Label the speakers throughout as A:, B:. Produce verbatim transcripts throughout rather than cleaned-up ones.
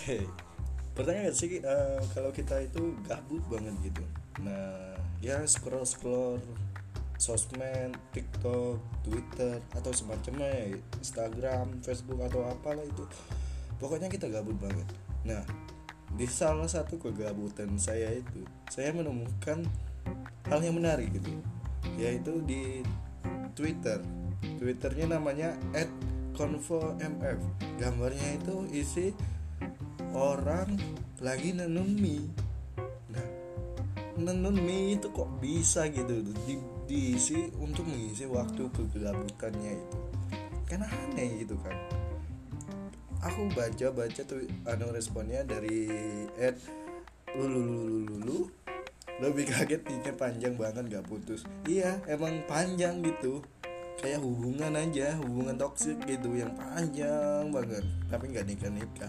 A: Hey, pertanyaan gak sih eh, kalau kita itu gabut banget gitu. Nah, ya scroll scroll sosmed, TikTok, Twitter atau semacamnya ya, Instagram, Facebook atau apalah itu. Pokoknya kita gabut banget. Nah, di salah satu kegabutan saya itu, saya menemukan hal yang menarik gitu, yaitu di Twitter. Twitternya namanya at convo m f. Gambarnya itu isi orang lagi nenun mie. Nah, nenun mie itu kok bisa gitu di, diisi untuk mengisi waktu kegabutannya itu. Kan aneh gitu kan. Aku baca-baca tuh anu responnya dari at lululululu. Lebih kaget ini panjang banget gak putus. Iya, emang panjang gitu. Kayak hubungan aja, hubungan toksik gitu yang panjang banget, tapi nggak nikah-nikah.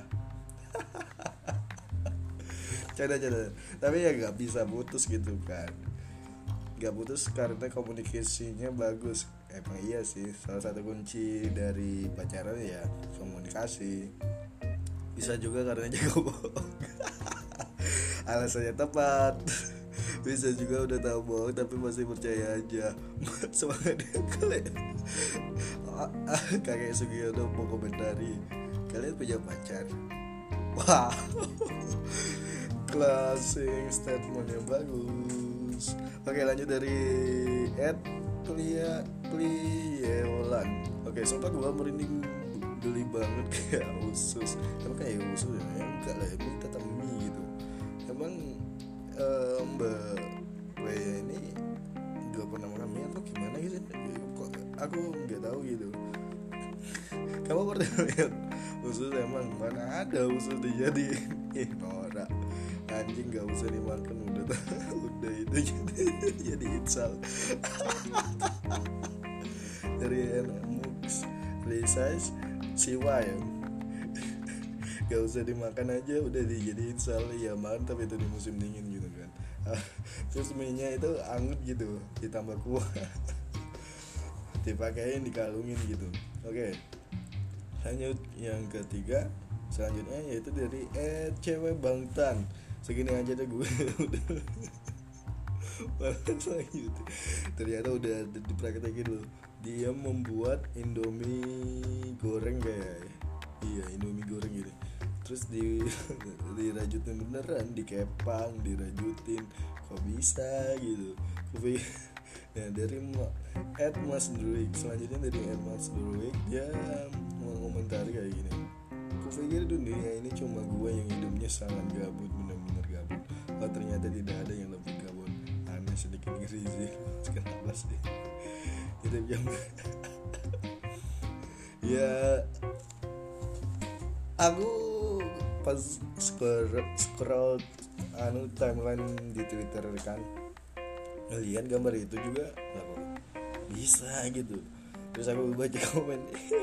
A: Canda-canda. Tapi ya nggak bisa putus gitu kan. Nggak putus karena komunikasinya bagus. Emang iya sih, salah satu kunci dari pacaran ya komunikasi. Bisa juga karena jago bohong. Alasannya tepat. Bisa juga udah tahu bohong tapi masih percaya aja. Semangat dia kalian. Kakek Sugiono mau komentari, kalian punya pacar? Wah, closing statement yang bagus. Oke, lanjut dari Ed Plia Plieolan. Oke, sumpah gue merinding geli banget kayak usus. Emang kayak usus ya? Ya enggak lah, emang tetap mie gitu. Emang eh, Mbak W ini gak pernah makan mie atau gimana gitu? Kok aku nggak tahu gitu. Kamu pernah lihat usus? Emang mana ada usus dijadiin? Ih, norak. Anjing gak usah dimakan, udah udah itu jadi jadi insal. Dari Mux Resize Siwa ya. Gak usah dimakan aja udah dijadiin insal. Ya mantap itu di musim dingin gitu kan. Terus mie-nya itu anget gitu, ditambah kuah. Dipakein, dikalungin gitu. Oke, lanjut yang ketiga. Selanjutnya yaitu dari eh cewek Bangtan. Segini aja deh gue udah. Lanjut. Ternyata udah dipraktekin loh. Dia membuat Indomie goreng kayak, iya Indomie goreng gitu. Terus di dirajutin beneran, dikepang, dirajutin. Kok bisa gitu? Kopi. Nah, dari Ed Mas Druid. Selanjutnya dari Ed Mas Druid, dia mau komentari kayak gini. Kupikir dunia ini cuma gue yang hidupnya sangat gabut, benar-benar gabut. Oh, ternyata tidak ada yang lebih gabut. Aneh sedikit ngeri. Kenapa sih? Hidup yang ya, aku pas scroll scroll anu timeline di Twitter kan, ngeliat gambar itu juga gak bisa gitu. Terus aku baca komen.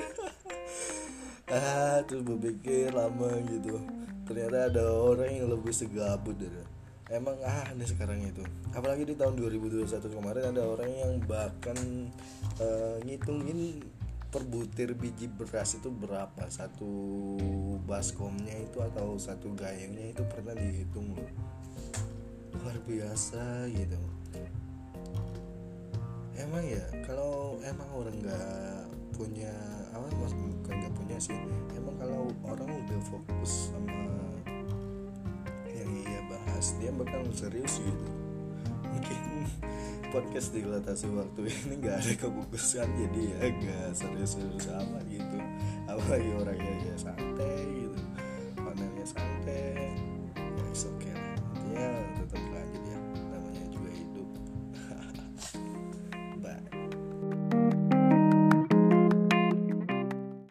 A: Ah, terus berpikir lama gitu. Ternyata ada orang yang lebih segabut dari. Emang ah nih sekarang itu. Apalagi di tahun dua ribu dua puluh satu kemarin ada orang yang bahkan uh, ngitungin per butir biji beras itu berapa, satu baskomnya itu atau satu gayangnya itu pernah dihitung loh. Luar biasa gitu. Emang ya kalau emang orang nggak punya apa, mas bukan nggak punya sih, emang kalau orang udah fokus sama yang ia bahas dia bakal serius gitu. Mungkin podcast dilatasi waktu ini nggak ada kefokusan jadi ya nggak serius-serius sama gitu. Apalagi orangnya ya santai gitu, pandangannya santai, ya oke okay lah. Intinya